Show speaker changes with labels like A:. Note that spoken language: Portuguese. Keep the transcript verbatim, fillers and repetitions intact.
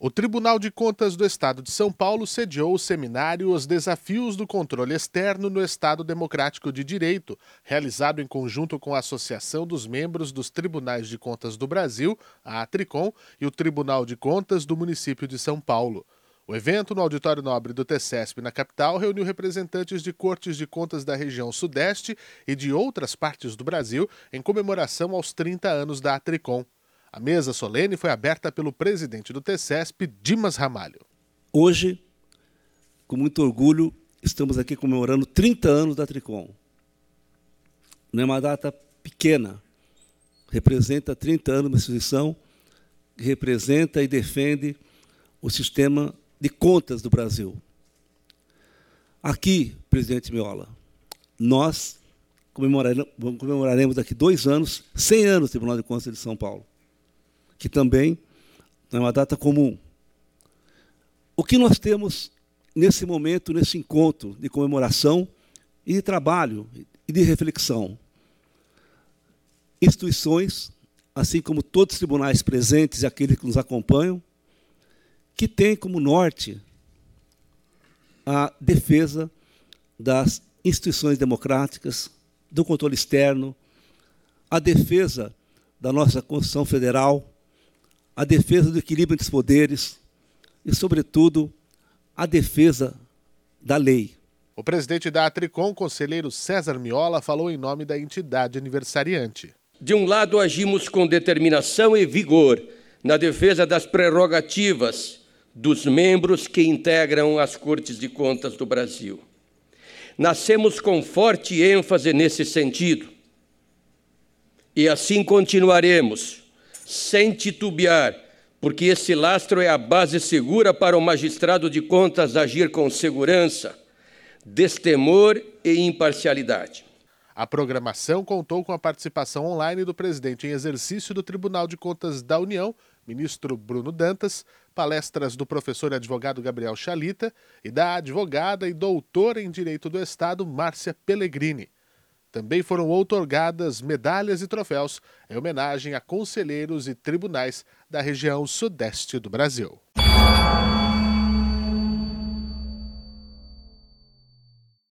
A: O Tribunal de Contas do Estado de São Paulo sediou o seminário Os Desafios do Controle Externo no Estado Democrático de Direito, realizado em conjunto com a Associação dos Membros dos Tribunais de Contas do Brasil, a ATRICOM, e o Tribunal de Contas do Município de São Paulo. O evento, no Auditório Nobre do TECESP, na capital, reuniu representantes de cortes de contas da região Sudeste e de outras partes do Brasil em comemoração aos trinta anos da ATRICOM. A mesa solene foi aberta pelo presidente do TECESP, Dimas Ramalho.
B: Hoje, com muito orgulho, estamos aqui comemorando trinta anos da ATRICOM. Não é uma data pequena, representa trinta anos de uma instituição que representa e defende o sistema de contas do Brasil. Aqui, presidente Miola, nós comemoraremos, comemoraremos daqui dois anos, cem anos do Tribunal de Contas de São Paulo, que também é uma data comum. O que nós temos nesse momento, nesse encontro de comemoração e de trabalho e de reflexão? Instituições, assim como todos os tribunais presentes e aqueles que nos acompanham, que têm como norte a defesa das instituições democráticas, do controle externo, a defesa da nossa Constituição Federal, a defesa do equilíbrio entre os poderes e, sobretudo, a defesa da lei.
A: O presidente da ATRICOM, conselheiro César Miola, falou em nome da entidade aniversariante.
C: De um lado, agimos com determinação e vigor na defesa das prerrogativas dos membros que integram as Cortes de Contas do Brasil. Nascemos com forte ênfase nesse sentido e assim continuaremos, sem titubear, porque esse lastro é a base segura para o magistrado de contas agir com segurança, destemor e imparcialidade.
A: A programação contou com a participação online do presidente em exercício do Tribunal de Contas da União, ministro Bruno Dantas, palestras do professor e advogado Gabriel Chalita e da advogada e doutora em Direito do Estado, Márcia Pellegrini. Também foram outorgadas medalhas e troféus em homenagem a conselheiros e tribunais da região sudeste do Brasil.